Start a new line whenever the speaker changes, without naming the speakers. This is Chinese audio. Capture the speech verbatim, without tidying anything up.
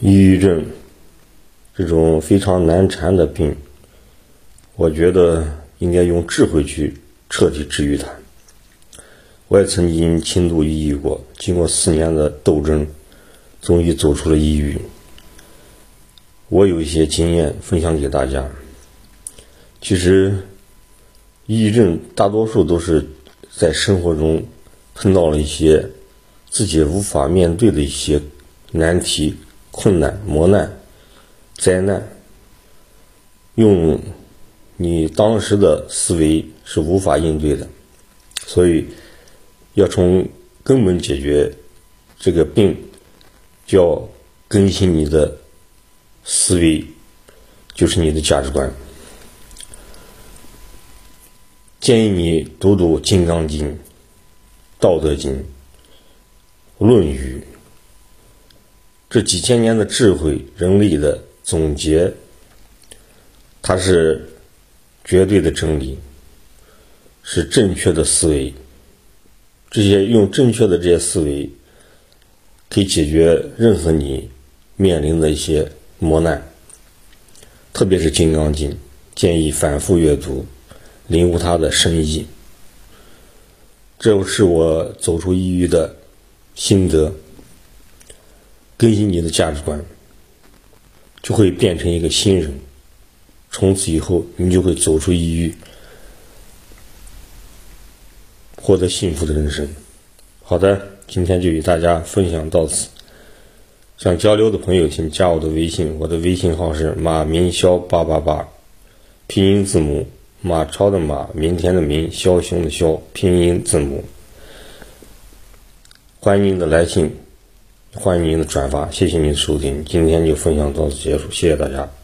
抑郁症这种非常难缠的病，我觉得应该用智慧去彻底治愈它。我也曾经轻度抑郁过，经过四年的斗争，终于走出了抑郁。我有一些经验分享给大家。其实抑郁症大多数都是在生活中碰到了一些自己无法面对的一些难题、困难、磨难、灾难，用你当时的思维是无法应对的，所以要从根本解决这个病，就要更新你的思维，就是你的价值观。建议你读读《金刚经》《道德经》《论语》，这几千年的智慧，人类的总结，它是绝对的真理，是正确的思维。这些用正确的这些思维，可以解决任何你面临的一些磨难。特别是《金刚经》，建议反复阅读，领悟它的深意。这是我走出抑郁的心得。更新你的价值观，就会变成一个新人。从此以后，你就会走出抑郁，获得幸福的人生。好的，今天就与大家分享到此。想交流的朋友，请加我的微信，我的微信号是马明霄八八八，拼音字母马超的马，明天的明，枭雄的枭，拼音字母。欢迎您的来信，欢迎您的转发，谢谢您的收听，今天就分享到此结束，谢谢大家。